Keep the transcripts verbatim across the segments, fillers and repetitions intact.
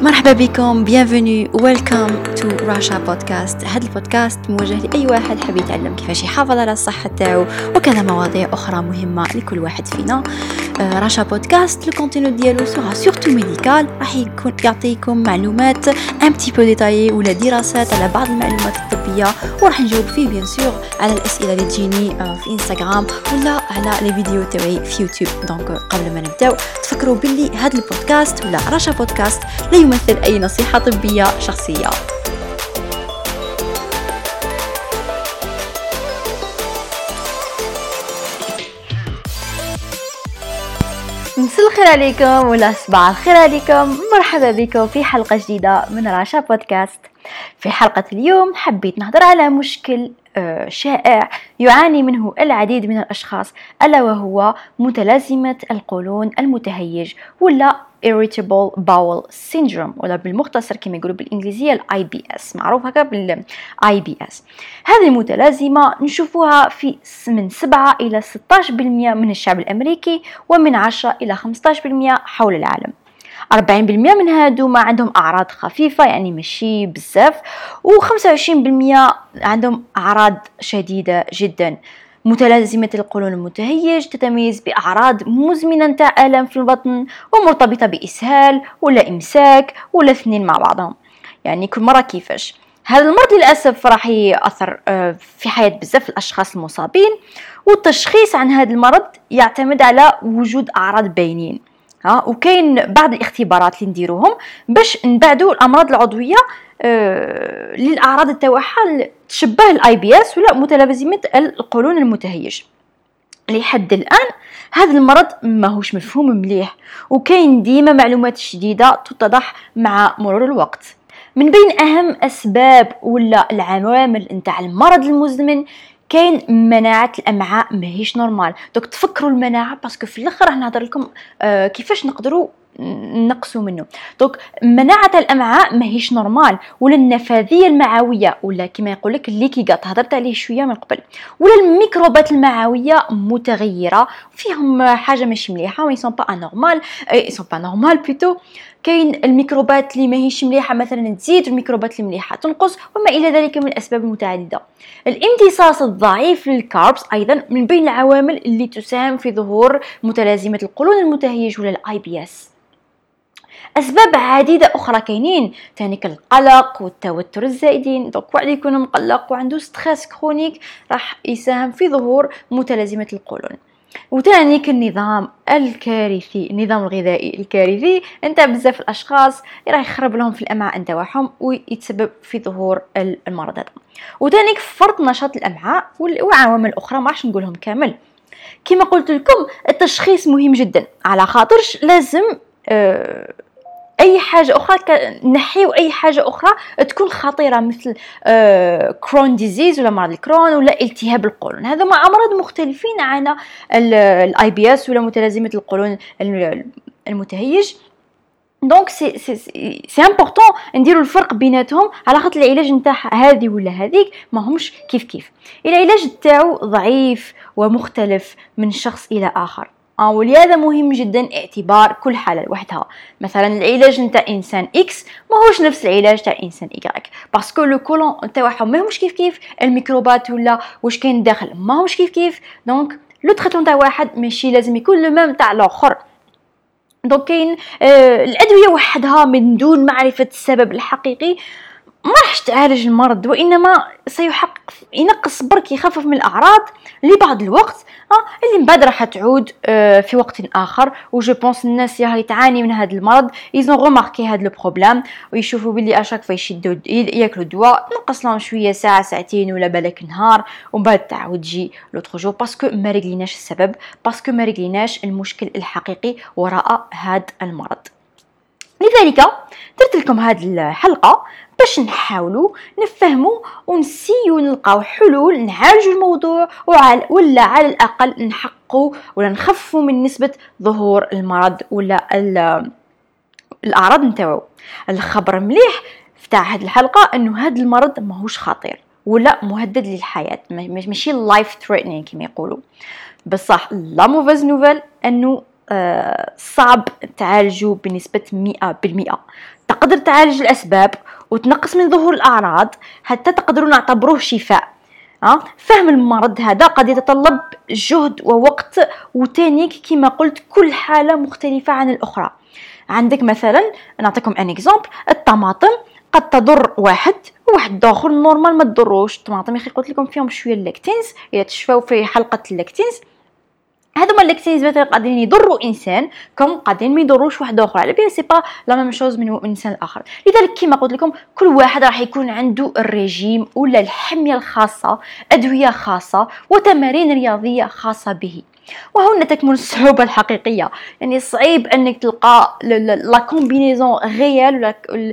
مرحبا بكم bienvenue welcome to Rasha podcast. هذا البودكاست موجه لأي واحد حاب يتعلم كيفاش يحافظ على الصحة تاعو وكذا مواضيع أخرى مهمة لكل واحد فينا. راشا بودكاست الكونتينو ديالو سورا سورتو ميديكال، راح يكون يعطيكم معلومات un petit peu détaillées ولا دراسات على بعض المعلومات الطبية، وراح نجاوب فيه بيان سور على الأسئلة اللي تجيني في انستغرام ولا على لي فيديو تاعي في يوتيوب. دونك قبل ما نبداو تفكروا باللي هذا البودكاست ولا راشا بودكاست لا يمثل أي نصيحة طبية شخصية. مساء الخير عليكم ولا صباح الخير عليكم، مرحبا بكم في حلقة جديدة من راشا بودكاست. في حلقة اليوم حبيت نهضر على مشكل شائع يعاني منه العديد من الأشخاص، ألا وهو متلازمة القولون المتهيج ولا irritable bowel syndrome، ولا بالمختصر كما يقولوا بالإنجليزية ال آي بي إس، معروف هكا بال آي بي إس. هذه المتلازمة نشوفوها في من سبعة إلى ستة عشر بالمئة من الشعب الأمريكي، ومن عشرة إلى خمسة عشر بالمئة حول العالم. أربعين بالمئة من هادو ما عندهم أعراض خفيفة يعني ماشي بزاف، وخمسة وعشرين بالمئة عندهم أعراض شديدة جدا. متلازمة القولون المتهيج تتميز بأعراض مزمنة تاع ألم في البطن ومرتبطة بإسهال ولا إمساك ولا اثنين مع بعضهم، يعني كل مرة كيفاش. هذا المرض للأسف راح يأثر في حياة بزاف الأشخاص المصابين، والتشخيص عن هذا المرض يعتمد على وجود أعراض باينين، ها وكاين بعض الاختبارات اللي نديروهم باش نبعدوا الأمراض العضوية آه للأعراض تاعها تشبه الاي بي اس ولا متلازمة القولون المتهيج. لحد الآن هذا المرض ماهوش مفهوم مليح، وكاين ديما معلومات جديدة تتضح مع مرور الوقت. من بين أهم أسباب ولا العوامل نتاع المرض المزمن كاين مناعة الأمعاء ماهيش نورمال. دوك تفكروا المناعة باسكو في الاخر راح نهضر لكم آه كيفاش نقدروا نقصوا منه. دوك مناعة الأمعاء ماهيش نورمال، ولا النفاذية المعوية ولا كما يقول لك الليكيغات هضرت عليه شوية من قبل، ولا الميكروبات المعوية متغيرة فيهم حاجة ماشي مليحة وي سون با انورمال اي سون با نورمال بلوتو. كاين الميكروبات اللي ماهيش مليحة مثلا تزيد، الميكروبات المليحة تنقص، وما إلى ذلك من الأسباب المتعددة. الامتصاص الضعيف للكاربس أيضا من بين العوامل اللي تساهم في ظهور متلازمة القولون المتهيج ولا الآي بي إس. أسباب عديدة أخرى كاينين تاني كالقلق والتوتر الزائدين. دوك واحد يكون مقلق وعنده ستريس كرونيك راح يساهم في ظهور متلازمة القولون. وتاني النظام الكارثي، النظام الغذائي الكارثي انت بزاف الاشخاص راح يخرب لهم في الامعاء نتاعهم ويتسبب في ظهور المرض هذا. وتاني فرط نشاط الامعاء وعوامل اخرى ما راحش نقولهم كامل. كما قلت لكم التشخيص مهم جدا، على خاطرش لازم آه اي حاجه اخرى نحيو اي حاجه اخرى تكون خطيره مثل كرون ديزيز ولا مرض الكرون ولا التهاب القولون. هذا مع امراض مختلفين عن الاي بي اس ولا متلازمه القولون المتهيج. دونك سي سي سي امبورطون نديروا الفرق بيناتهم، على خاطر العلاج نتاع هذه ولا هذيك ما همش كيف كيف. العلاج تاعو ضعيف ومختلف من شخص الى اخر، آه ولهذا مهم جدا اعتبار كل حالة لوحدها. مثلا العلاج نتاع انسان اكس ماهوش نفس العلاج تاع انسان ايكغيك، باسكو لو كولون تاعهم ماهوش كيف كيف، الميكروبات ولا واش كاين داخل ماهوش كيف كيف. دونك لو تريتمون تاع واحد ماشي لازم يكون لو ميم تاع الاخر. دونك كاين آه الادويه وحدها من دون معرفه السبب الحقيقي ما راحش تعالج المرض، وانما سيحقق ينقص برك يخفف من الاعراض لبعض الوقت اه اللي من بعد راح تعود آه في وقت اخر. وجو بونس الناس اللي تعاني من هذا المرض يزون غوماركي هذا لو بروبليم ويشوفوا باللي اشاك فيشدوا ياكلوا دواء نقص لهم شويه ساعه ساعتين ولا بالك نهار ومن بعد تعاود تجي لوتر جو، باسكو ما رجليناش السبب، باسكو ما رجليناش المشكل الحقيقي وراء هذا المرض. لذلك درت لكم هذه الحلقه باش نحاولوا نفهموا ونسيو نلقاو حلول نعالجوا الموضوع ولا على الاقل نحققوا ولا نخفوا من نسبه ظهور المرض ولا الاعراض نتاعو. الخبر مليح تاع هذه الحلقه انه هذا المرض ماهوش خطير ولا مهدد للحياه، ماشي لايف ثريتنينغ كما يقولوا. بصح لا موفيز نوفيل انه آه صعب تعالجوا بنسبه مئة بالمئة. تقدر تعالج الأسباب وتنقص من ظهور الأعراض حتى تقدروا نعتبروه شفاء. أه؟ فهم المرض هذا قد يتطلب جهد ووقت وتكنيك كما قلت، كل حالة مختلفة عن الأخرى. عندك مثلا نعطيكم ان اكزامبل، الطماطم قد تضر واحد وواحد اخر نورمال ما تضروش. الطماطم يا اخي قلت لكم فيهم شويه الليكتينز، اذا تشفاو في حلقه الليكتينز، هذوما الليكتينز مثلا قادرين يضروا انسان كم قادرين ما يضروش واحد اخر، على بالي سي با لا ميم شوز من انسان الاخر. لذلك كما قلت لكم كل واحد راح يكون عنده الرجيم ولا الحميه الخاصه، ادويه خاصه وتمارين رياضيه خاصه به. وهنا تكمن الصعوبة الحقيقية، يعني صعيب أنك تلقى لا كومبينيزون غيال ولا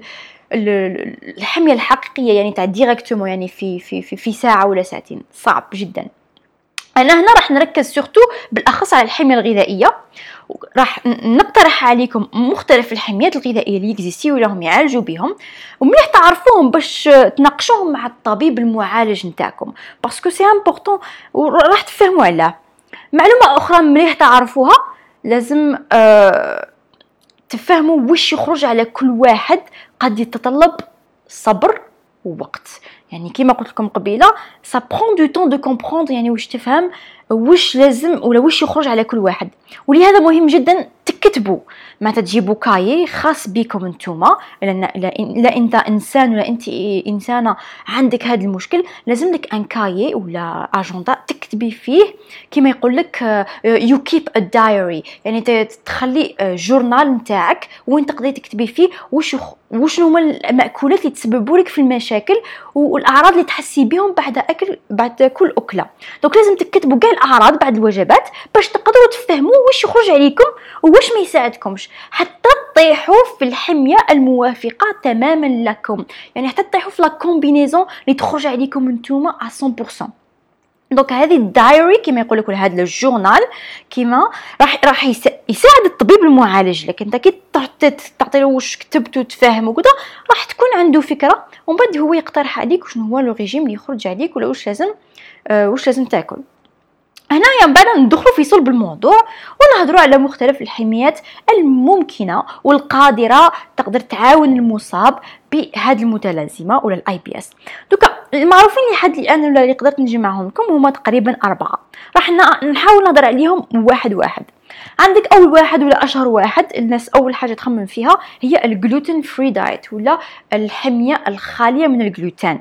الحمية الحقيقية يعني تاع ديريكتومون يعني في في في في ساعة ولا ساعتين، صعب جدا. أنا هنا راح نركز سورتو بالأخص على الحمية الغذائية، راح نقترح عليكم مختلف الحميات الغذائية اللي يكزيستيو لهم يعالجوا بهم، ومليح تعرفوهم باش تناقشوهم مع الطبيب المعالج نتاعكم، باسكو سي امبورطون وراح تفهموا علاه. معلومة أخرى مليح تعرفوها، لازم أه تفهموا وش يخرج على كل واحد، قد يتطلب صبر ووقت. يعني كما قلت لكم قبيله ça prend du temps de comprendre، يعني وش تفهم وش لازم ولا وش يخرج على كل واحد. ولهذا مهم جدا تكتبوا، ما تجيبوا كاي خاص بكم انتوما. لا انت انسان ولا انت انسانه عندك هذا المشكل، لازم لك ان كاي ولا اجندا تكتبي فيه، كما يقول لك يو كيب ا دايري، يعني تخلي جورنال نتاعك وين تقدري تكتبي فيه وش وش هما المأكولات اللي تسببوا لك في المشاكل والاعراض اللي تحسي بهم بعد اكل بعد كل اكله. دونك لازم تكتبوا كاع الاعراض بعد الوجبات باش تقدروا تفهموا واش يخرج عليكم وواش ما يساعدكمش، حتى تطيحوا في الحميه الموافقه تماما لكم، يعني حتى تطيحوا في لا كومبينيزون اللي تخرج عليكم نتوما مية بالمية. دونك هذه الدايري كما يقول لك هذا الجورنال كما راح راح يساعد الطبيب المعالج لك. انت كي تعطي له واش كتبت وتفهم وكذا راح تكون عنده فكره، ومن بعد هو يقترح عليك شنو هو لو ريجيم اللي يخرج عليك ولا واش لازم آه واش لازم تاكل. هنايا من بعد ندخلوا في صلب الموضوع ونهضروا على مختلف الحميات الممكنه والقادره تقدر تعاون المصاب بهذه المتلازمه ولا الاي بي اس. دوكا المعروفين لحد الان ولا اللي قدرت نجمعهم لكم هما تقريبا اربعه، راح نحاول نهضر عليهم واحد واحد. عندك اول واحد ولا اشهر واحد الناس اول حاجه تخمم فيها هي الجلوتين فري دايت ولا الحميه الخاليه من الجلوتين.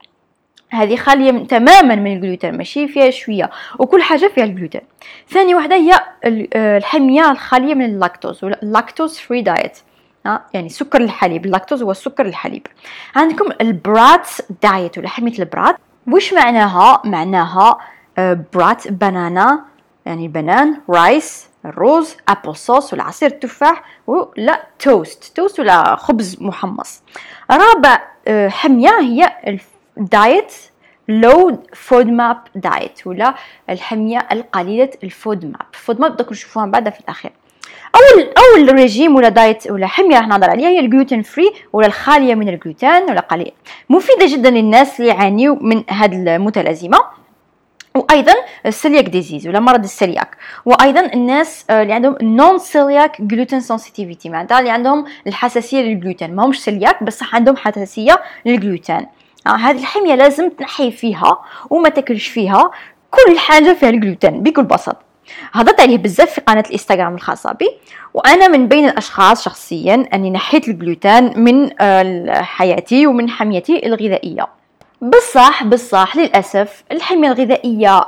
هذه خاليه من تماما من الجلوتين، ماشي فيها شويه وكل حاجه فيها الجلوتين. ثاني وحده هي الحميه الخاليه من اللاكتوز ولا اللاكتوز فري دايت، يعني سكر الحليب. اللاكتوز هو سكر الحليب. عندكم البرات دايت ولا حميه البرات. وش معناها؟ معناها برات بنانا يعني البنان، رايس الرز، ابل صوص ولا عصير التفاح، ولا توست توست ولا خبز محمص. رابع حميه هي دايت لو فود ماب دايت ولا الحميه القليله الفود ماب. فود ماب دوك نشوفوها بعدا في الاخير. اول اول ريجيم ولا دايت ولا حميه راح نهضر عليها هي الجلوتين فري ولا الخاليه من الجلوتين ولا قليل، مفيده جدا للناس اللي يعانيوا من هذه المتلازمه، وايضا السيلياك ديزيز ولا مرض السيلياك، وايضا الناس اللي عندهم نون سيلياك جلوتين سنسيتيفيتي، معناتها اللي عندهم الحساسيه للجلوتين، ما همش سيلياك بس عندهم حساسيه للجلوتين. هذه الحميه لازم تنحي فيها وما تاكلش فيها كل حاجه فيها الجلوتين بكل بساطه. هضرت عليه بزاف في قناه الانستغرام الخاصه بي، وانا من بين الاشخاص شخصيا اني نحيت الجلوتين من حياتي ومن حميتي الغذائيه. بصح بصح للاسف الحميه الغذائيه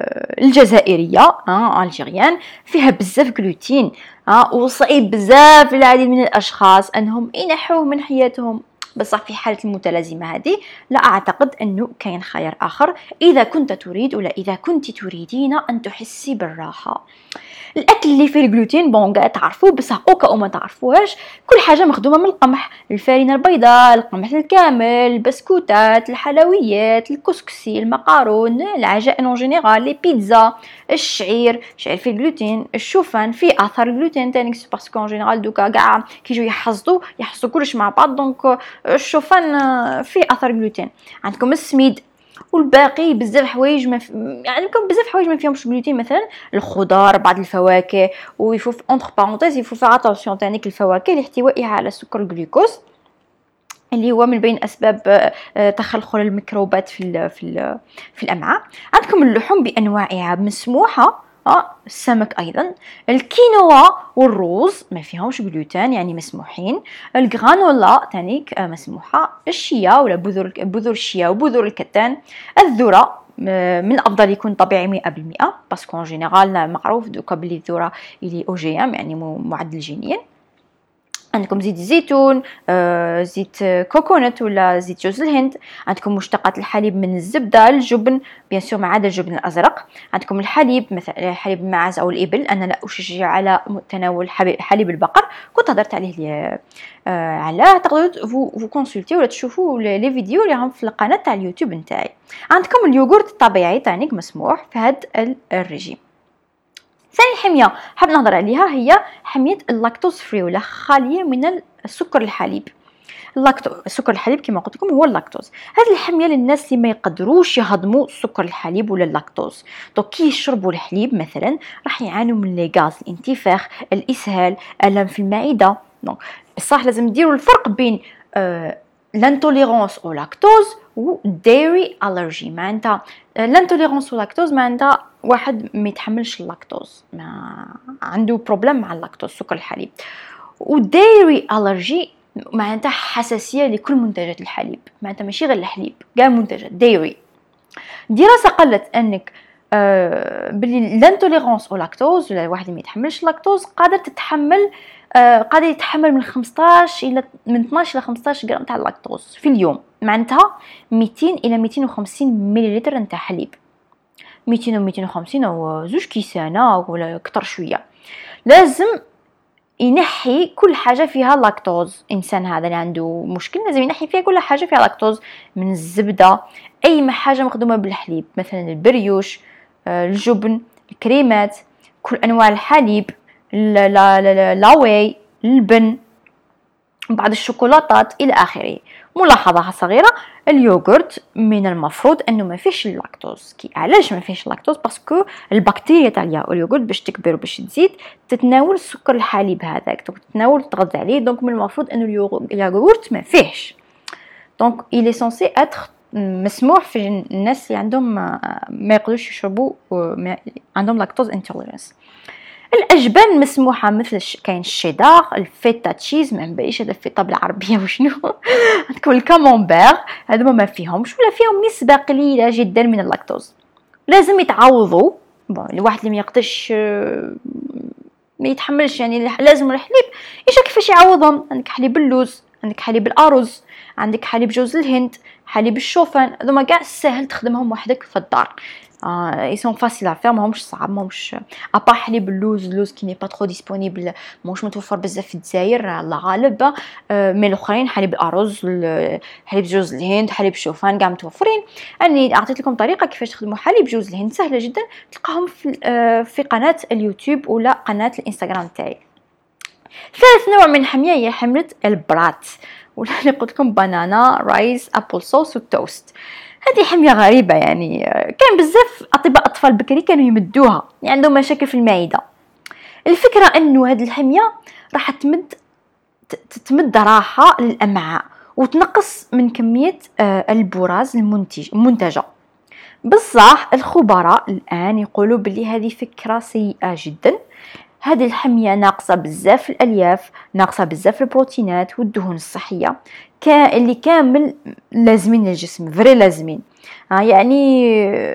الجزائريه الجيريان فيها بزاف جلوتين، وصعيب بزاف للعديد من الاشخاص انهم ينحوه من حياتهم. بصح في حالة المتلازمة هذه لا أعتقد أنه كاين خيار آخر إذا كنت تريد ولا إذا كنت تريدين أن تحسي بالراحة. الأكل اللي فيه الجلوتين بون قاعد تعرفوه، بصح أوكا أو ما تعرفوهاش كل حاجة مخدومة من القمح، الفارينة البيضاء، القمح الكامل، البسكوتات، الحلويات، الكسكسي، المقارون، العجائن اون جينيرال، لي بيتزا، الشعير، الشعير فيه الجلوتين، الشوفان فيه اثار الجلوتين تاني باسكو اون جينيرال دوكا كاع كيجيو يحصدوا يحصدوا كلش مع بعض، دونك الشوفان فيه اثار الجلوتين. عندكم السميد والباقي بزاف حوايج ما ف... يعني عندكم بزاف حوايج ما فيهمش جلوتين، مثلا الخضار، بعض الفواكه، ويفو اونتر بارونتيز يفو فيغ اتونسيون تانيك الفواكه لاحتوائها على سكر الجلوكوز اللي هو من بين اسباب تخلخل الميكروبات في ال في ال في الامعاء. عندكم اللحوم بانواعها مسموحه، اه السمك ايضا، الكينوا والرز ما فيهمش جلوتين يعني مسموحين، الغرانولا تانيك مسموحه، الشيا ولا بذور بذور الشيا وبذور الكتان، الذره من الافضل يكون طبيعي مئة بالمئة باسكو ان جينيرال معروف دوكا بلي الذره اللي او جي ام يعني معدل جينيا. عندكم زيت الزيتون، آه، زيت كوكونات ولا زيت جوز الهند، عندكم مشتقات الحليب من الزبده، الجبن بيان سور ما عدا الجبن الازرق، عندكم الحليب مثلا حليب الماعز او الابل. انا لا اشجع على تناول حليب البقر، كنت هضرت عليه آه على تقدروا فو كونسلتي ولا تشوفوا لي فيديو اللي راهم في القناه تاع اليوتيوب نتاعي. عندكم اليوغورت الطبيعي تانيك مسموح في هذا الرجيم. ثاني حمية حاب نهضر عليها هي حمية اللاكتوز فري ولا خالية من السكر الحليب. اللاكتوز سكر الحليب كما قلت لكم هو اللاكتوز. هذه الحمية للناس اللي ما يقدروش يهضموا سكر الحليب ولا اللاكتوز، دونك كي يشربوا الحليب مثلا راح يعانوا من لي غاز، الانتفاخ، الاسهال، الم في المعده. دونك بصح لازم نديروا الفرق بين آه لانتوليرونس او لاكتوز و ديري الرجي. معناتها لانتوليرونس او لاكتوز معناتها واحد ما يتحملش اللاكتوز، ما عنده بروبليم مع اللاكتوز سكر الحليب، وديري الرجي معناتها حساسيه لكل منتجات الحليب، معناتها ماشي غير الحليب كاع منتجات ديري. دراسه قالت انك آه بلي لانتوليرونس او لاكتوز ولا واحد ما يتحملش اللاكتوز قادر تتحمل آه قادر يتحمل من خمسطاش الى من اثناش الى خمسطاش غرام تاع اللاكتوز في اليوم، معناتها مئتين الى مئتين وخمسين مليلتر نتاع حليب، مئتين و مئتين وخمسين او زوج كيسانه ولا اكثر شويه. لازم ينحي كل حاجه فيها لاكتوز، انسان هذا اللي عنده مشكل لازم ينحي فيها كل حاجه فيها لاكتوز، من الزبده، اي حاجه مخدومه بالحليب، مثلا البريوش، الجبن، الكريمات، كل انواع الحليب، لا لا لا واي، البن، بعض الشوكولاتات الى اخره. ملاحظه صغيره، اليوغورت من المفروض انه ما فيش اللاكتوز. كي علاش ما فيش اللاكتوز؟ باسكو البكتيريا تاع اليوغورت باش تكبر وباش تزيد تتناول السكر الحليب هذاك، تتناول تغذى عليه، دونك من المفروض انه اليوغورت ما فيهش. دونك il est censé être مسموح في الناس اللي عندهم ما يقدروش يشربوا عندهم لاكتوز انتوليرانس. الاجبان مسموحه مثل كاين الشيدار، الفيتا تشيز، ما نبيش هذا الفيتا بالعربيه وشنو عندكم الكامونبير، هذو ما فيهمش ولا فيهم نسبه قليله جدا من اللاكتوز. لازم يتعوضوا، بون الواحد اللي ما يقدرش ما يتحملش يعني لازم الحليب ايش كيفاش يعوضهم؟ عندك حليب اللوز، عندك حليب الارز، عندك حليب جوز الهند، حليب الشوفان، هذوما كاع سهل تخدمهم وحدك في الدار. اه يسون فاسيل ا فير، ماهمش صعاب، ماهمش ابا حليب اللوز، اللوز كي ني با ترو ديسپونيبل، ماهوش متوفر بزاف في الجزائر على الغالب. آه مي الاخرين حليب الارز، حليب جوز الهند، حليب الشوفان كاع متوفرين. اني اعطيت لكم طريقه كيفاش تخدموا حليب جوز الهند سهله جدا، تلقاهم في آه في قناه اليوتيوب ولا قناه الانستغرام تاعي. ثالث نوع من الحميه هي حمله البرات، ولا اللي قلت لكم بانانا، رايس، ابل صوص والتوست. هذه حميه غريبه يعني، كان بزاف اطباء اطفال بكري كانوا يمدوها يعني عندهم مشاكل في المعده. الفكره انه هذه الحميه راح تمد تمد راحه للامعاء وتنقص من كميه البراز المنتج المنتجه. بصح الخبراء الان يقولوا بلي هذه فكره سيئه جدا. هذه الحميه ناقصه بزاف الالياف، ناقصه بزاف البروتينات والدهون الصحيه كا اللي كامل لازمين للجسم، فري لازمين. ها يعني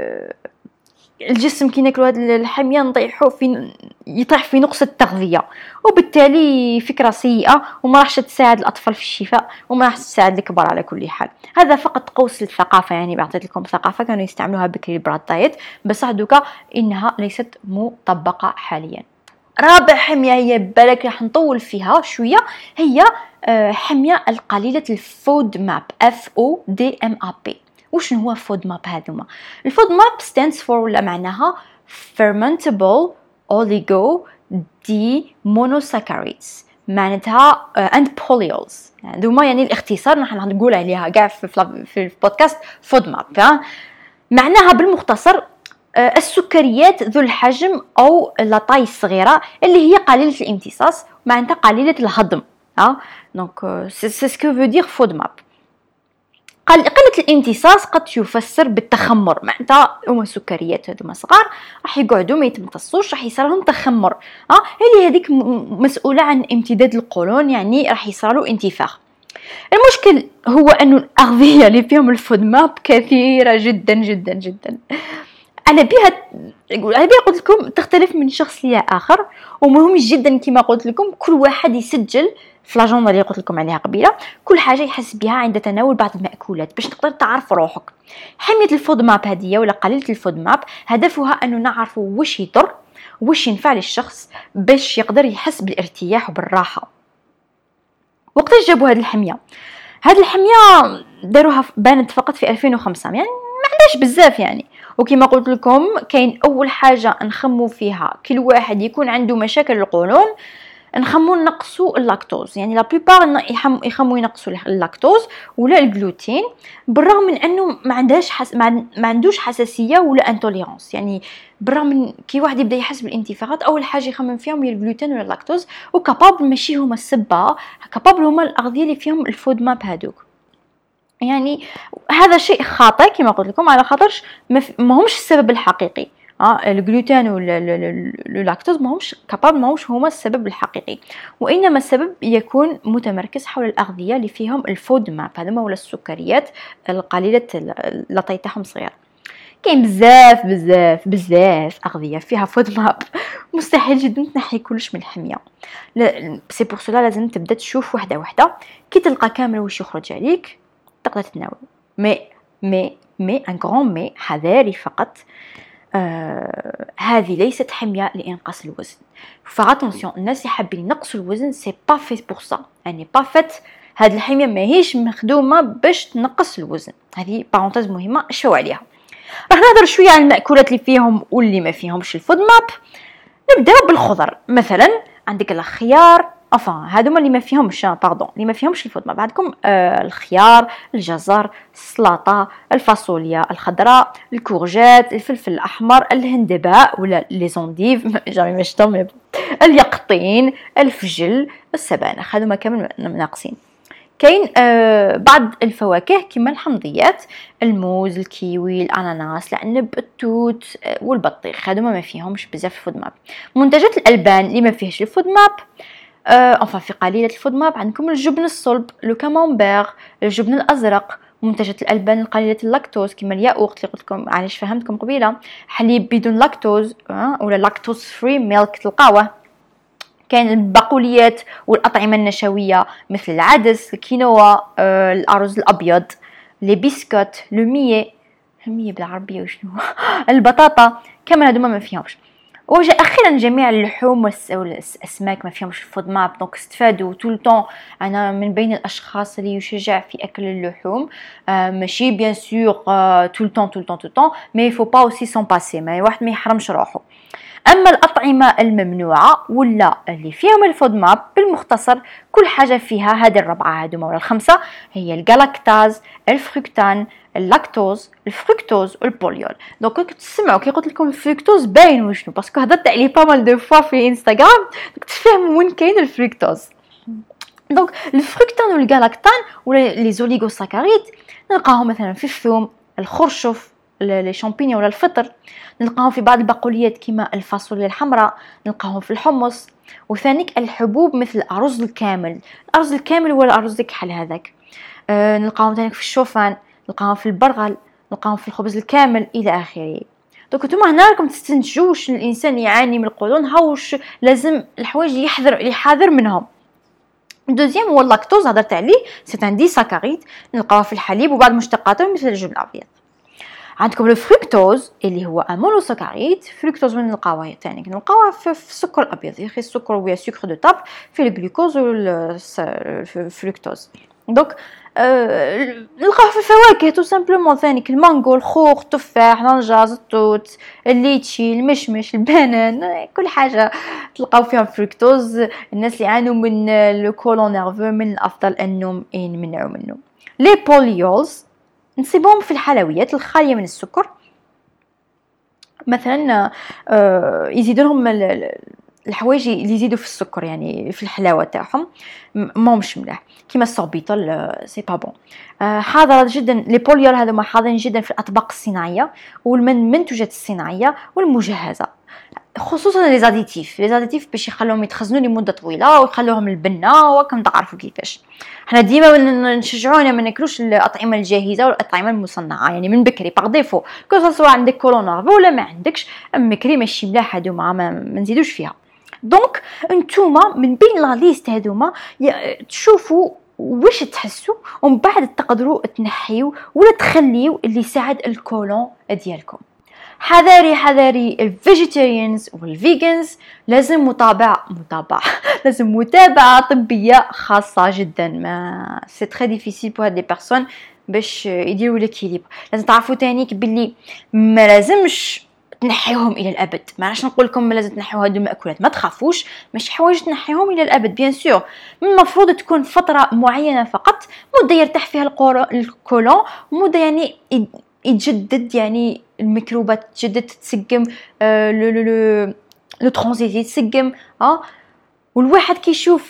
الجسم كي ناكلوا هذه الحميه نطيحوا في يطيح في نقص التغذيه، وبالتالي فكره سيئه وما راحش تساعد الاطفال في الشفاء وما راح تساعد الكبار على كل حال. هذا فقط قوس للثقافه، يعني بعطيت لكم ثقافه كانوا يستعملوها بكري البراد دايت، بصح دوكا انها ليست مطبقه حاليا. رابع حميه هي بالك راح نطول فيها شويه، هي حميه القليله الفود ماب، اف او دي ام ا بي. وشنو هو فود ماب هذوما؟ الفود ماب stands for ولا معناها fermentable oligo monosaccharides، معناتها and polyols. هذوما يعني الاختصار نحن نقول عليها كاع في في البودكاست فود ماب. معناها بالمختصر السكريات ذو الحجم او لاطاي الصغيره اللي هي قليله الامتصاص، معناتها قليله الهضم. ها دونك سي سكو فو دير فود ماب. قل قلة الامتصاص قد يفسر بالتخمر. معناتها هما السكريات هذوما صغار راح يقعدوا ما يتمتصوش، راح يصير لهم تخمر. اه هذه هذيك مسؤوله عن امتداد القولون، يعني راح يصير له انتفاخ. المشكل هو انه الاغذيه اللي فيهم الفودماب كثيره جدا جدا جدا. على بها على بها قلت لكم تختلف من شخص لاخر، ومهم جدا كما قلت لكم كل واحد يسجل في لاجوندا اللي قلت لكم عليها قبيله كل حاجه يحس بها عند تناول بعض المأكولات باش تقدر تعرف روحك. حميه الفودماب هذه ولا قليله الفودماب هدفها انه نعرفوا واش يضر واش ينفع للشخص باش يقدر يحس بالارتياح وبالراحه. وقت جابوا هذه الحميه هذه الحميه داروها بانت فقط في ألفين وخمسة، يعني ما عندهاش بزاف يعني. وكما قلت لكم كاين اول حاجه نخمو فيها كل واحد يكون عنده مشاكل القولون، نخمو نقصوا اللاكتوز. يعني لا بلوبار يخمو ينقصوا اللاكتوز ولا الجلوتين، بالرغم من انه ما عندهاش حس... ما عندوش حساسيه ولا انتوليرانس. يعني بالرغم من كي واحد يبدا يحس بالانتفاخات اول حاجه يخمم فيهم هي الجلوتين ولا اللاكتوز، وكابابل ماشي هما السبه، كابابل هما الاغذيه اللي فيهم الفودماب هذوك. يعني هذا شيء خاطئ كما قلت لكم، على خاطرش ما همش السبب الحقيقي. اه الجلوتين واللاكتوز ما همش كابابل، ما همش هما السبب الحقيقي، وانما السبب يكون متمركز حول الاغذيه اللي فيهم الفودماب، هذوما ولا السكريات القليله اللي طيتهم صغيره. كاين بزاف بزاف بزاف اغذيه فيها فودماب، مستحيل جدا تنحي كلش من الحميه. سي بور سولا لازم تبدا تشوف وحده وحده، كي تلقى كامل واش يخرج عليك تقدر تتناول. مي مي مي ان غران مي حذاري فقط، آه هذه ليست حميه لانقاص الوزن. فاتونسيون الناس اللي حابين ينقصوا الوزن سي با في بور سا، يعني با فات هذه الحميه ماهيش مخدومه باش تنقص الوزن. هذه بارونتيز مهمه شو عليها. راح نهضر شويه عن المأكولات اللي فيهم واللي ما فيهمش الفودماب. نبداو بالخضر. مثلا عندك الخيار، افا هذوما اللي ما فيهمش باردون اللي ما فيهمش الفودماب. عندكم آه الخيار، الجزر، السلطه، الفاصوليا الخضراء، الكورجات، الفلفل الاحمر، الهندباء ولا لي زونديف جامي ما شفتهم، اليقطين، الفجل، السبانخ، هذوما كامل ناقصين. كاين آه بعض الفواكه كما الحمضيات، الموز، الكيوي، الاناناس، العنب، التوت آه والبطيخ، هذوما ما فيهمش بزاف الفودماب. منتجات الالبان اللي ما فيهش الفودماب آه enfin في قليله الفودماب عندكم الجبن الصلب، لو كامامبير، الجبن الازرق. منتجات الالبان القليله اللاكتوز كما الياغورت اللي قلت لكم علاش فهمتكم قبيله، حليب بدون لاكتوز آه ولا لاكتوز فري ميلك تلقاوه. كاين البقوليات والاطعمه النشويه مثل العدس، الكينوا، آه الارز الابيض، لي بيسكوت، لو ميي المية بالعربيه وشنو البطاطا كما هذوما ما فيهمش. وجا اخيرا جميع اللحوم والاسماك ما فيهمش الفودماب. دونك استفادوا طول طون. انا من بين الاشخاص اللي يشجع في اكل اللحوم، آه ماشي بيان سور آه طول طون طول طون طول طون مي فو با اوسي سون باسي، ما واحد ما يحرمش روحه. اما الاطعمه الممنوعه ولا اللي فيهم الفودماب بالمختصر كل حاجه فيها هذه الربعه هذوما ولا الخمسه، هي الجلاكتاز، الفركتان، اللاكتوز، الفركتوز والبوليول. دونك كنت تسمعوا كي قلت لكم الفركتوز باين وشنو، باسكو هضرت عليه با مال دو فوا في انستغرام تفهموا وين كاين الفركتوز. دونك الفركتان والجلاكتان ولا لي زوليغوساكاريد نلقاهم مثلا في الثوم، الخرشف، لي شامبينيون ولا الفطر، نلقاهم في بعض البقوليات كما الفاصوليا الحمراء، نلقاهم في الحمص. وثانيك الحبوب مثل الارز الكامل، الارز الكامل ولا الارز الكحل هذاك، أه نلقاهم ثانيك في الشوفان، نلقاهم في البرغل، نلقاهم في الخبز الكامل الى اخره. دونك نتوما هنا راكم تستنتجوش الانسان يعاني من القولون هاوش لازم الحوايج يحذر يحاذر منهم. دوزيام هو اللاكتوز هضرت عليه، سي ان دي ساكاريد نلقاوه في الحليب وبعض مشتقاته مثل الجبن الابيض. عندكم الفركتوز اللي هو امونوساكاريد. فركتوز وين نلقاوه ثاني؟ نلقاوه في السكر الابيض، يا اخي السكر هو سكر دو طاب في الجلوكوز والفركتوز. دونك أه نلقاوه في الفواكه تو سامبلومون ثاني المانغو، الخوخ، التفاح، النجاز، التوت، الليتشي، المشمش، البنان، كل حاجه تلقاو فيها فركتوز. الناس اللي يعانوا من الكولون نيرفو من الافضل انهم يمنعوا منه. لي بوليولز نصيبهم في الحلويات الخاليه من السكر، مثلا آه يزيدوا لهم الحوايج اللي يزيدوا في السكر يعني في الحلاوه تاعهم ماهمش ملاح، كيما السوربيتول سي با بون. حاضر جدا لي بوليور هذوما حاضرين جدا في الاطباق الصناعيه والمنتوجات الصناعيه والمجهزه، خصوصا لي زاديتيف لي زاديتيف باش يخلوهم يتخزنوا لمده طويله ويخلوهم البنه وكم تعرفوا كيفاش. حنا ديما نشجعونا ما ناكلوش الاطعمه الجاهزه والاطعمه المصنعه يعني من بكري باغ ديفو، كو سواء عندك كولونارفو ولا ما عندكش، ام بكري ماشي ملاح هذوما ما, ما نزيدوش فيها. دونك انتوما من بين لا ليست هذوما تشوفوا واش تحسوا ومن بعد تقدروا تنحيو ولا تخليو اللي يساعد الكولون ديالكم. حذاري حذاري الفيجيتيريانز والفيجنز لازم متابعة متابعة لازم متابعة طبية خاصة جدا. ما سي تري ديفيسيل بو هاد لي بيرسون باش يديروا ليكيليبر. لازم تعرفوا تانيك باللي ما لازمش تنحيهم الى الابد. ما علاش نقول لكم ما لازم تنحيو هادو المأكولات، ما تخافوش ماشي حوايج تنحيهم الى الابد بيان سور، المفروض تكون فترة معينة فقط، مدة يرتاح فيها الكولون، مدة يعني يتجدد يعني الميكروبات تجدد تتسقم، آه لو لو لو لو ترانزيت يتسقم. اه والواحد كيشوف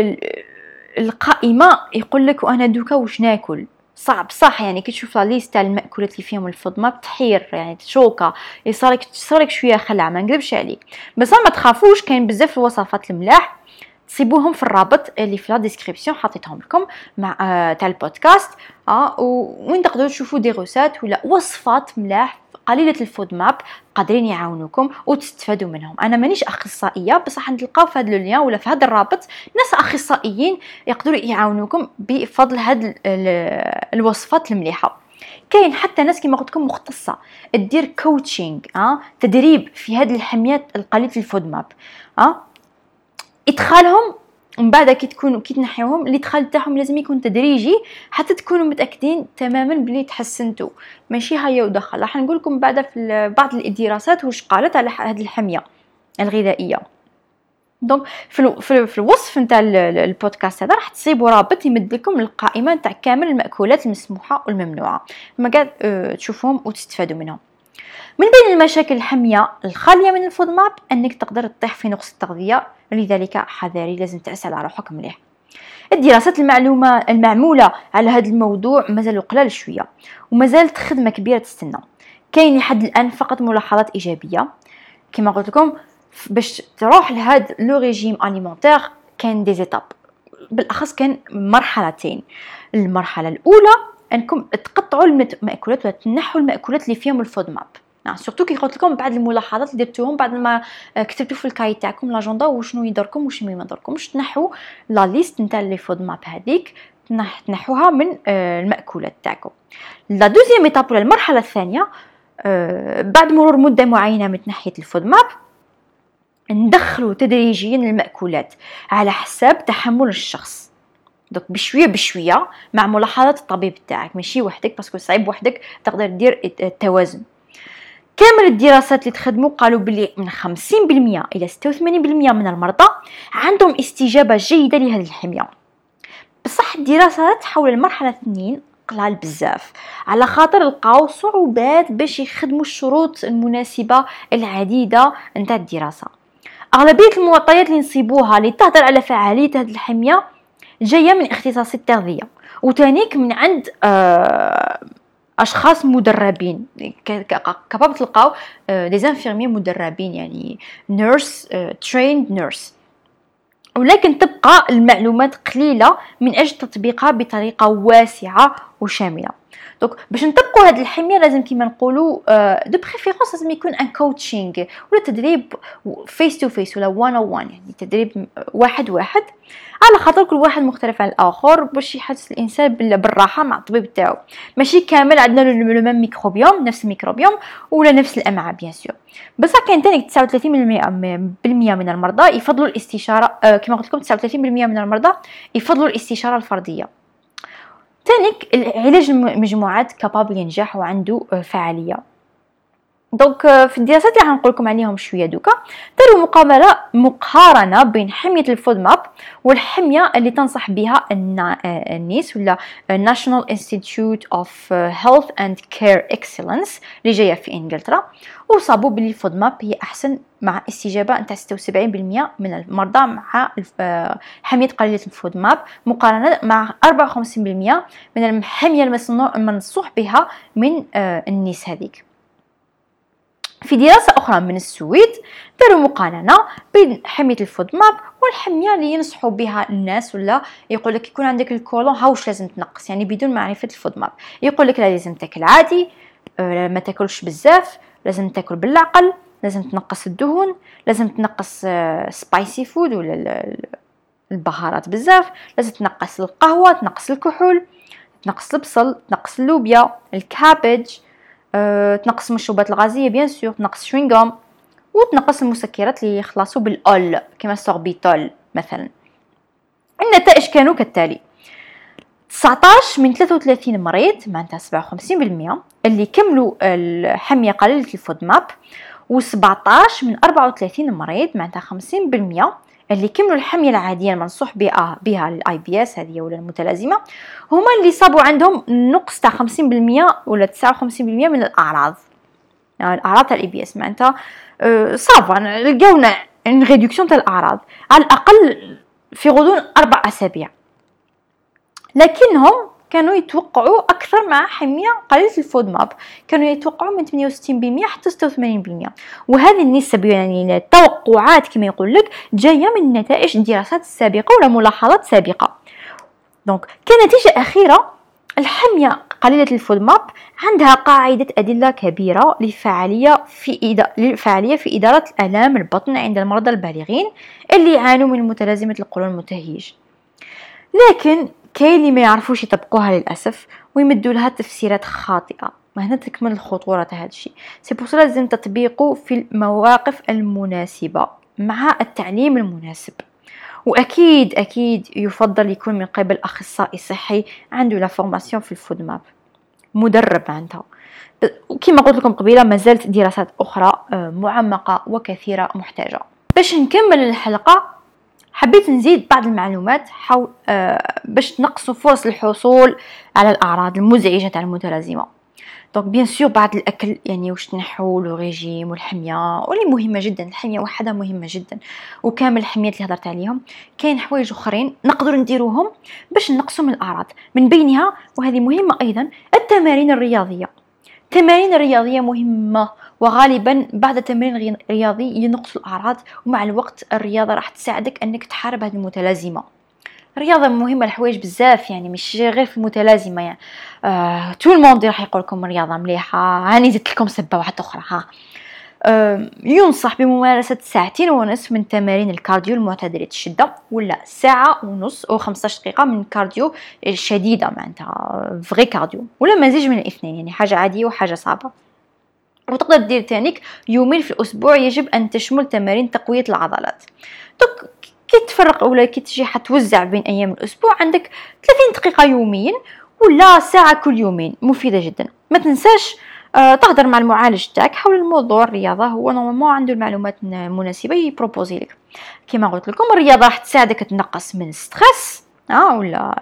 القائمه يقول لك وانا دوكا واش ناكل، صعب صح يعني كي تشوف لا ليست تاع المأكولات اللي فيهم الفضمه تحير يعني تشوكا، يصيرك يصيرك شويه خلع ما نكذبش عليك. بس ما تخافوش كاين بزاف الوصفات الملاح تصيبوهم في الرابط اللي في لا ديسكريبسيون حطيتهم لكم مع آه تاع البودكاست، اه وين تقدروا تشوفوا دي روسات ولا وصفات ملاح قليله الفودماب قادرين يعاونوكم وتستفادوا منهم. انا مانيش اخصائيه بس راح نلقاو في هذا اللين ولا في هذا الرابط ناس اخصائيين يقدروا يعاونوكم بفضل هذه الوصفات المليحه. كاين حتى ناس كما قلت لكم مختصه تدير كوتشينغ، اه تدريب في هذه الحميات القليله الفودماب، اه ادخالهم من بعد كي تكونوا كي تنحيوهم الادخال تاعهم لازم يكون تدريجي حتى تكونوا متاكدين تماما بلي تحسنتوا، ماشي هيا ودخل. راح نقول لكم بعد في بعض الدراسات واش قالت على هذه الحميه الغذائيه. دونك في في الوصف نتاع البودكاست هذا راح تصيبوا رابط يمد لكم القائمه نتاع كامل المأكولات المسموحه والممنوعه، ما قاعد اه تشوفوهم وتستفادوا منهم. من بين المشاكل الحمية الخالية من الفودماب أنك تقدر تطيح في نقص التغذية، لذلك حذاري لازم تأسى على روحك مليح. الدراسات المعلومة المعمولة على هذا الموضوع مازالوا قلال شوية ومازالت خدمة كبيرة تستنى. كاين لحد الآن فقط ملاحظات إيجابية كما قلت لكم. باش تروح لهذا لو ريجيم أليمونتير كاين دي زيتاب، بالأخص كان مرحلتين. المرحلة الأولى أنكم تقطعوا المأكولات ولا تنحوا المأكولات اللي فيهم الفودماب، سورتو كي قلت لكم بعد الملاحظات اللي درتوهم بعد ما كتبتوا في الكاي تاعكم لاجندا وشنو يضركم وشنو ما يضركمش، تنحوا لا ليست نتاع لي فودماب هذيك تنحوها من المأكولات تاعكم. لا دوزيام ايتاب ولا المرحله الثانيه بعد مرور مده معينه من تنحيه الفودماب ندخلوا تدريجيا المأكولات على حساب تحمل الشخص. دوك بشويه بشويه مع ملاحظات الطبيب تاعك، ماشي وحدك باسكو صعيب وحدك تقدر دير التوازن. كامل الدراسات اللي تخدموا قالوا بلي من خمسين بالمئة الى ستة وثمانين بالمئة من المرضى عندهم استجابه جيده لهذه الحميه. بصح الدراسات حول المرحله اثنين قلال بزاف على خاطر لقاو صعوبات باش يخدموا الشروط المناسبه العديده نتاع الدراسه. اغلبيه المعطيات اللي نصيبوها اللي تهضر على فعاليه هذه الحميه جايه من اختصاصي التغذيه وتانيك من عند آه اشخاص مدربين، كباب تلقاو دي زانفيرمي مدربين يعني نيرس تريند نيرس، ولكن تبقى المعلومات قليله من اجل تطبيقها بطريقه واسعه وشامله. دونك باش نطبقوا هذه الحميه لازم كيما نقولوا دو بريفيرونس لازم يكون ان كوتشينغ ولا تدريب فيس تو فيس ولا وان او وان، يعني تدريب واحد واحد على خاطر كل واحد مختلف عن الاخر باش يحس الانسان بالراحه مع الطبيب تاعو. ماشي كامل عندنا لو ميم ميكروبيوم نفس الميكروبيوم ولا نفس الامعاء بيان سور، بس كاين ثاني تسعة وثلاثين بالمئة من المرضى يفضلوا الاستشاره آه كما قلت لكم تسعة وثلاثين بالمئة من المرضى يفضلوا الاستشاره الفرديه. ثاني علاج المجموعات كابابل ينجح وعنده فعاليه. دونك في الدراسات اللي غنقول لكم عليهم شويه دوكا داروا مقابله مقارنه بين حميه الفودماب والحميه اللي تنصح بها النيس ولا National Institute of Health and Care Excellence اللي جايه في انجلترا، وصابوا بلي الفودماب هي احسن مع استجابه نتاع ستة وسبعين بالمئة من المرضى مع حميه قليله الفودماب مقارنه مع أربعة وخمسين بالمئة من الحميه المنصوح بها من النيس هذيك. في دراسة أخرى من السويد داروا مقارنة بين حمية الفودماب والحمية اللي ينصحوا بها الناس، ولا يقول لك يكون عندك الكولون هاوش لازم تنقص، يعني بدون معرفة الفودماب يقول لك لا لازم تاكل عادي، ما تاكلش بزاف، لازم تاكل بالعقل، لازم تنقص الدهون، لازم تنقص سبايسي فود ولا البهارات بزاف، لازم تنقص القهوة، تنقص الكحول، تنقص البصل، تنقص اللوبيا، الكابج، أه، تنقص المشروبات الغازيه بيان سور، تنقص شوينغوم، وتنقص المسكرات اللي يخلصوا بالاول كما السوربيتول مثلا. النتائج كانوا كالتالي: تسعطاش من ثلاثة وثلاثين مريض معناتها سبعة وخمسين بالمئة اللي كملوا الحميه قليله الفودماب، و17 من أربعة وثلاثين مريض معناتها خمسين بالمئة اللي كملوا الحميه العاديه المنصوح بها بها الاي بي اس هذه ولا المتلازمه، هما اللي صابوا عندهم نقص تاع خمسين بالمئة ولا تسعة وخمسين بالمئة من الاعراض، يعني الاعراض تاع الاي بي اس معناتها أه صافا لقاونا ان ريدكسيون تاع الاعراض على الاقل في غضون اربع اسابيع، لكنهم كانوا يتوقعوا اكثر مع حميه قليله الفودماب، كانوا يتوقعوا من ثمانية وستين بالمئة حتى ستة وثمانين بالمئة، وهذه النسبه يعني التوقعات كما يقول لك جايه من نتائج الدراسات السابقه ولا ملاحظات سابقه. دونك كنتيجه اخيره الحميه قليله الفودماب عندها قاعده ادله كبيره للفعاليه في إدا... للفعاليه في اداره الام البطن عند المرضى البالغين اللي يعانوا من متلازمه القولون المتهيج، لكن كاين اللي ما يعرفوش يطبقوها للاسف ويمدوا لها تفسيرات خاطئه، وهنا تكمن الخطوره تاع هذا الشيء. سي بور سو لازم تطبيقه في المواقف المناسبه مع التعليم المناسب، واكيد اكيد يفضل يكون من قبل اخصائي صحي عنده لا فورماسيون في الفودماب مدرب عندها. وكما قلت لكم قبيله مازالت دراسات اخرى معمقه وكثيره محتاجه. باش نكمل الحلقه حبيت نزيد بعض المعلومات حول آه باش تنقصوا فرص الحصول على الاعراض المزعجه تاع المتلازمه. دونك بيان سور بعض الاكل يعني واش تنحوا لو ريجيم والحميه واللي مهمه جدا، الحميه وحدها مهمه جدا وكامل الحميات اللي هضرت عليهم، كاين حوايج اخرين نقدروا نديروهم باش نقصوا من الاعراض، من بينها وهذه مهمه ايضا التمارين الرياضيه. التمارين الرياضيه مهمه، وغالبا بعد التمرين الرياضي ينقص الاعراض، ومع الوقت الرياضه راح تساعدك انك تحارب هذه المتلازمه. الرياضه مهمه لحوايج بزاف، يعني مش غير في المتلازمه، يعني آه، تو الموند راح يقول لكم الرياضه مليحه. هاني زدت لكم سبه واحده اخرى، ها آه، ينصح بممارسه ساعتين ونصف من تمارين الكارديو المعتدله الشده، ولا ساعه ونص او خمسة عشر دقيقه من الكارديو الشديده معناتها فغي كارديو، ولا مزيج من الاثنين يعني حاجه عاديه وحاجه صعبه. وتقدر دير تانيك يومين في الاسبوع، يجب ان تشمل تمارين تقويه العضلات. دونك كي تفرق ولا كي تجي حتوزع بين ايام الاسبوع عندك ثلاثين دقيقه يوميا ولا ساعه كل يومين، مفيده جدا. ما تنساش آه تهضر مع المعالج تاعك حول الموضوع. الرياضه هو نورمالمون عنده المعلومات المناسبه يبروبوزي لك. كما قلت لكم الرياضه راح تساعدك تنقص من الستريس اه ولا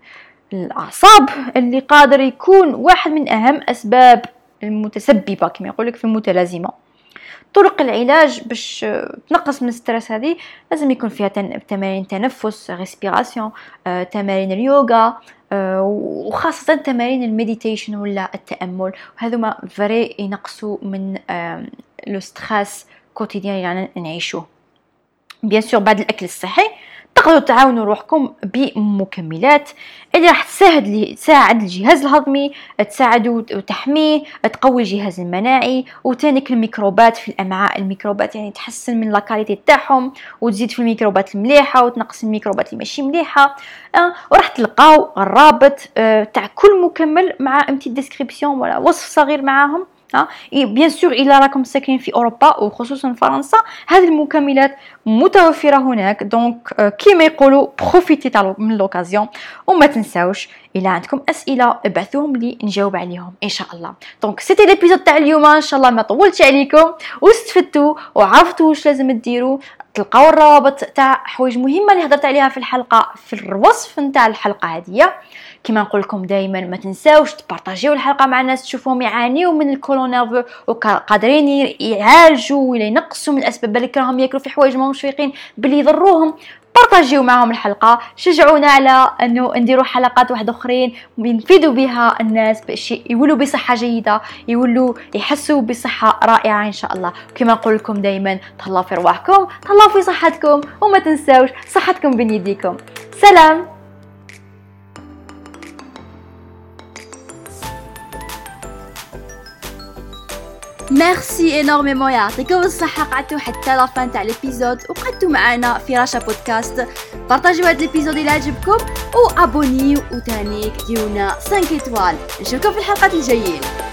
الاعصاب اللي قادر يكون واحد من اهم اسباب المتسببه كما يقولك في المتلازمه. طرق العلاج باش تنقص من الستريس هذه لازم يكون فيها تمارين تنفس، ريسبيراسيون، آه، تمارين اليوغا، آه، وخاصه تمارين المديتيشن ولا التامل، وهذوما فري ينقصوا من آه، لو ستريس كوتيديان يعني نعيشوه. بيان سور بعد الاكل الصحي تقدروا تعاونوا روحكم بمكملات اللي راح تساعد تساعد الجهاز الهضمي، تساعده وتحميه، تقوي الجهاز المناعي، وتانيك الميكروبات في الامعاء. الميكروبات يعني تحسن من لاكاليتي تاعهم وتزيد في الميكروبات المليحه وتنقص الميكروبات اللي ماشي مليحه. أه وراح تلقاو الرابط أه تاع كل مكمل مع امتي ديسكريبسيون ولا وصف صغير معاهم ها بيان سور الا راكم ساكنين في اوروبا وخصوصا فرنسا هذه المكملات متوفره هناك. دونك كيما يقولوا بروفيتي تاع من لوكازيون. وما تنساوش الا عندكم اسئله ابعثوهم لي نجاوب عليهم ان شاء الله. دونك سيتي ليبيزود تاع اليوم، ان شاء الله ما طولتش عليكم واستفدتوا وعرفتوا واش لازم ديروا. تلقاو الروابط تاع حوايج مهمه اللي هضرت عليها في الحلقه في الوصف نتاع الحلقه هذه. كما نقول لكم دائما ما تنساوش تبارطاجيو الحلقه مع الناس تشوفوهم يعانيوا من الكولون نيرفو وقادرين يعالجوا ولا ينقصوا من الاسباب اللي راهم ياكلوا في حوايج ما مش فايقين باللي يضروهم. بارطاجيو معهم الحلقه، شجعونا على انه نديروا حلقات واحده اخرين نفيدوا بها الناس باش يولوا بصحه جيده، يولوا يحسوا بصحه رائعه ان شاء الله. كما نقول لكم دائما تهلاو في رواحكم، تهلاو في صحتكم، وما تنساوش صحتكم بين يديكم. سلام. ميرسي انورميمون، يعطيكم الصحه قعدتوا حتى لافان تاع ليبيزود وقعدتوا معنا في رشا بودكاست. بارطاجيو هذا ليبيزود الى عجبكم وابونيو وتانيك ديونا خمسة ايطوال. نشوفكم في الحلقات الجايين.